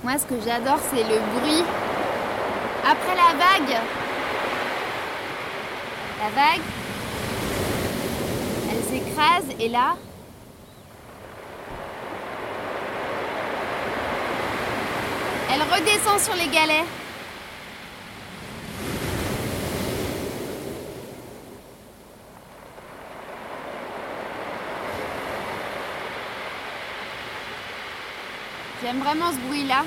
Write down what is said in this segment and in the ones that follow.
Moi, ce que j'adore, c'est le bruit après la vague. La vague, elle s'écrase et là, elle redescend sur les galets. J'aime vraiment ce bruit-là.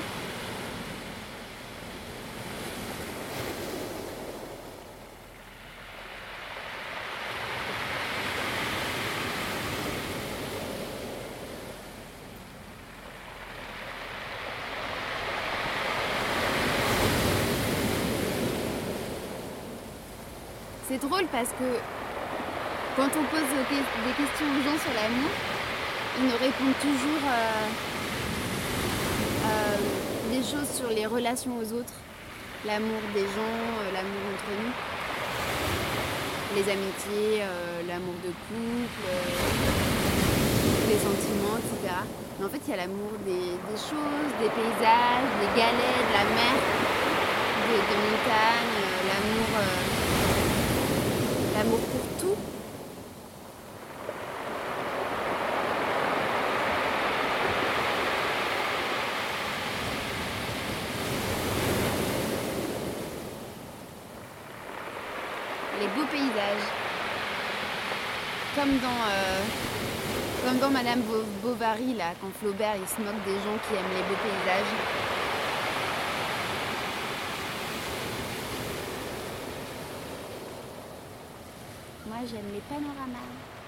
C'est drôle parce que quand on pose des questions aux gens sur l'amour, ils nous répondent toujours des choses sur les relations aux autres, l'amour des gens, l'amour entre nous, les amitiés, l'amour de couple, les sentiments, etc. Mais en fait, il y a l'amour des choses, des paysages, des galets, de la mer, des montagnes, l'amour pour tout. Les beaux paysages. Comme dans Madame Bovary, là, quand Flaubert il se moque des gens qui aiment les beaux paysages. Moi, j'aime les panoramas.